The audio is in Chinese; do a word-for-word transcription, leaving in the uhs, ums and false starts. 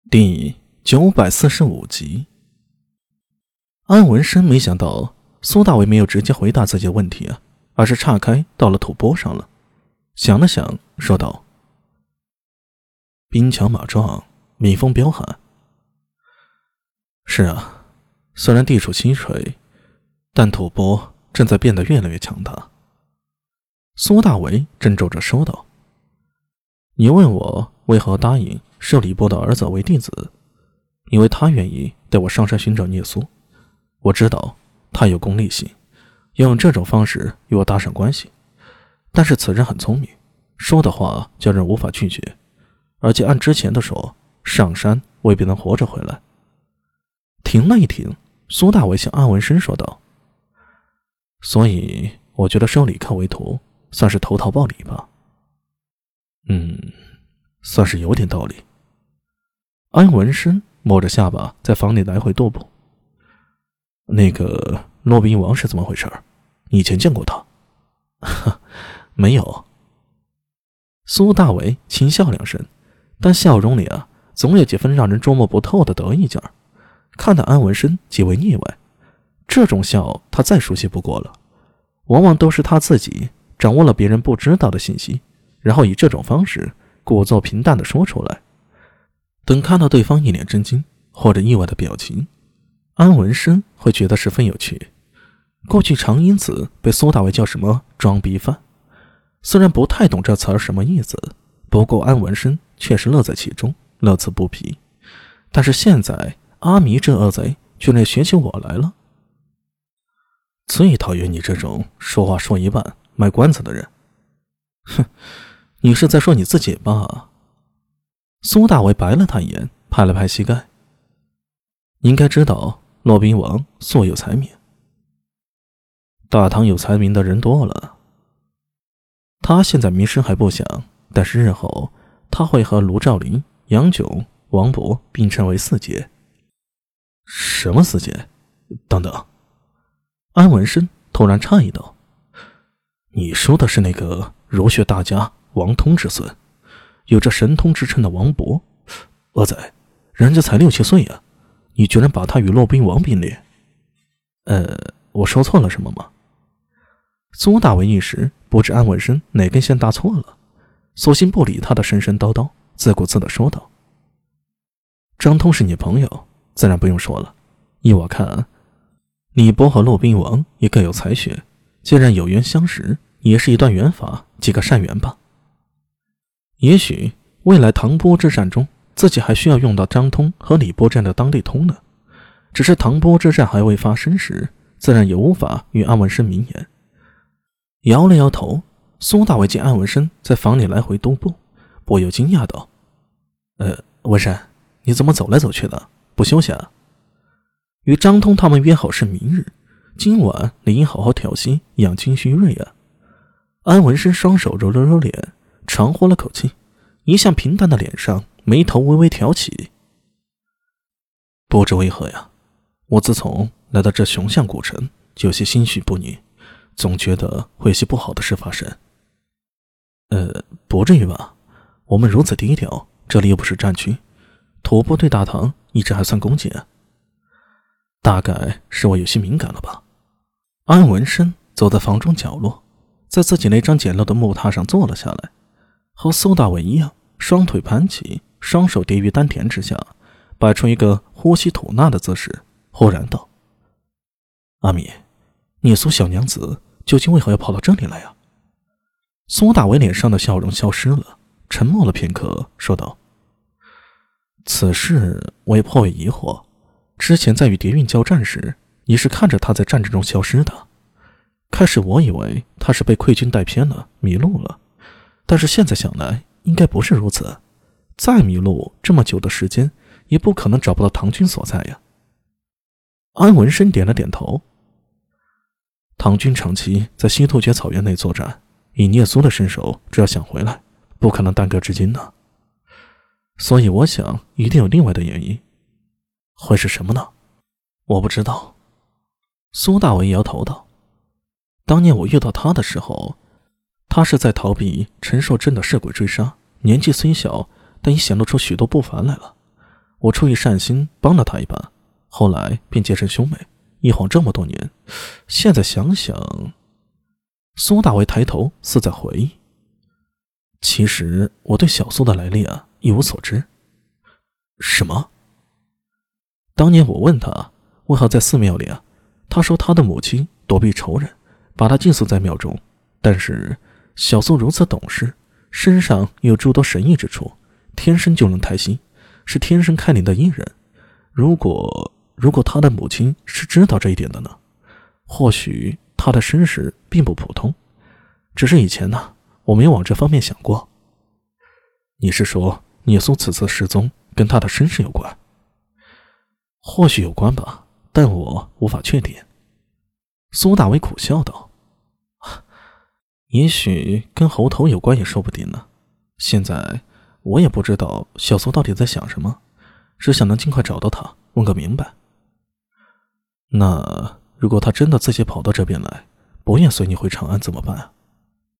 第九百四十五集。安文生没想到苏大伟没有直接回答自己的问题啊，而是岔开到了吐蕃上了。想了想，说道：“兵强马壮，蜜蜂彪悍。是啊，虽然地处西陲，但吐蕃正在变得越来越强大。”苏大伟郑重着说道：“你问我为何答应收李波的儿子为弟子，因为他愿意带我上山寻找聂苏。我知道他有功利心，要用这种方式与我搭上关系。但是此人很聪明，说的话叫人无法拒绝，而且按之前的说，上山未必能活着回来。”停了一停，苏大伟向安文生说道：“所以我觉得收李克为徒，算是投桃报李吧。”嗯，算是有点道理。安文生摸着下巴在房里来回踱步。那个骆宾王是怎么回事？你以前见过他？没有。苏大伟轻笑两声，但笑容里啊，总有几分让人捉摸不透的得意劲儿，看得安文生极为腻歪。这种笑他再熟悉不过了，往往都是他自己掌握了别人不知道的信息，然后以这种方式故作平淡地说出来。等看到对方一脸震惊或者意外的表情，安文生会觉得十分有趣。过去常因此被苏大伟叫什么装逼犯，虽然不太懂这词儿什么意思，不过安文生确实乐在其中，乐此不疲。但是现在阿弥这恶贼居然学起我来了。最讨厌你这种说话说一半卖关子的人。哼，你是在说你自己吧？苏大伟白了他一眼，拍了拍膝盖。应该知道骆宾王素有才名，大唐有才名的人多了。他现在名声还不响，但是日后他会和卢照邻、杨炯、王勃并称为四杰。什么四杰？等等。安文生突然诧异道：“你说的是那个儒学大家王通之孙，有着神通之称的王勃？恶仔，人家才六七岁啊，你居然把他与骆宾王并列？呃，我说错了什么吗？”苏大伟一时不知安文生哪根线搭错了，索性不理他的神神叨叨，自顾自地说道：“张通是你朋友，自然不用说了。依我看，李波和骆宾王也各有才学，既然有缘相识，也是一段缘法，几个善缘吧。也许未来唐波之战中，自己还需要用到张通和李波这样的当地通呢。只是唐波之战还未发生时，自然也无法与安文生明言。”摇了摇头，苏大伟见安文生在房里来回踱步，不由惊讶道：“呃，文生，你怎么走来走去的？不休息啊？”与张通他们约好是明日，今晚理应好好调息，养精蓄锐啊。安文生双手揉了揉脸，长呼了口气，一向平淡的脸上眉头微微挑起。不知为何呀，我自从来到这雄象古城，就有些心绪不宁，总觉得会有些不好的事发生。呃，不至于吧？我们如此低调，这里又不是战区，吐蕃对大唐一直还算恭敬啊。大概是我有些敏感了吧。安文生走在房中角落，在自己那张简陋的木榻上坐了下来，和苏大伟一样，双腿盘起，双手叠于丹田之下，摆出一个呼吸吐纳的姿势，忽然道：“阿弥，聂苏小娘子究竟为何要跑到这里来啊？”苏大伟脸上的笑容消失了，沉默了片刻，说道：“此事我也颇为疑惑。之前在与蝶韵交战时，你是看着他在战争中消失的。开始我以为他是被溃军带偏了，迷路了，但是现在想来，应该不是如此。再迷路这么久的时间，也不可能找不到唐军所在呀。”安文生点了点头。唐军长期在西突厥草原内作战，以聂苏的身手，只要想回来，不可能耽搁至今呢。所以我想，一定有另外的原因。会是什么呢？我不知道。苏大伟摇头道：“当年我遇到他的时候，他是在逃避陈寿珍的尸鬼追杀，年纪虽小，但已显露出许多不凡来了。 我出于善心帮了他一把，后来便结成兄妹，一晃这么多年，现在想想……苏大为抬头似在回忆。其实我对小苏的来历啊一无所知。什么？当年我问他为何在寺庙里啊，他说他的母亲躲避仇人，把他禁宿在庙中。但是小苏如此懂事，身上有诸多神异之处，天生就能胎息，是天生开灵的艺人。如果如果他的母亲是知道这一点的呢？或许他的身世并不普通，只是以前呢，我没有往这方面想过。你是说聂苏此次失踪跟他的身世有关？或许有关吧，但我无法确定。苏大为苦笑道：也许跟猴头有关也说不定呢。现在我也不知道小苏到底在想什么，只想能尽快找到他，问个明白。那如果他真的自己跑到这边来，不愿随你回长安怎么办啊？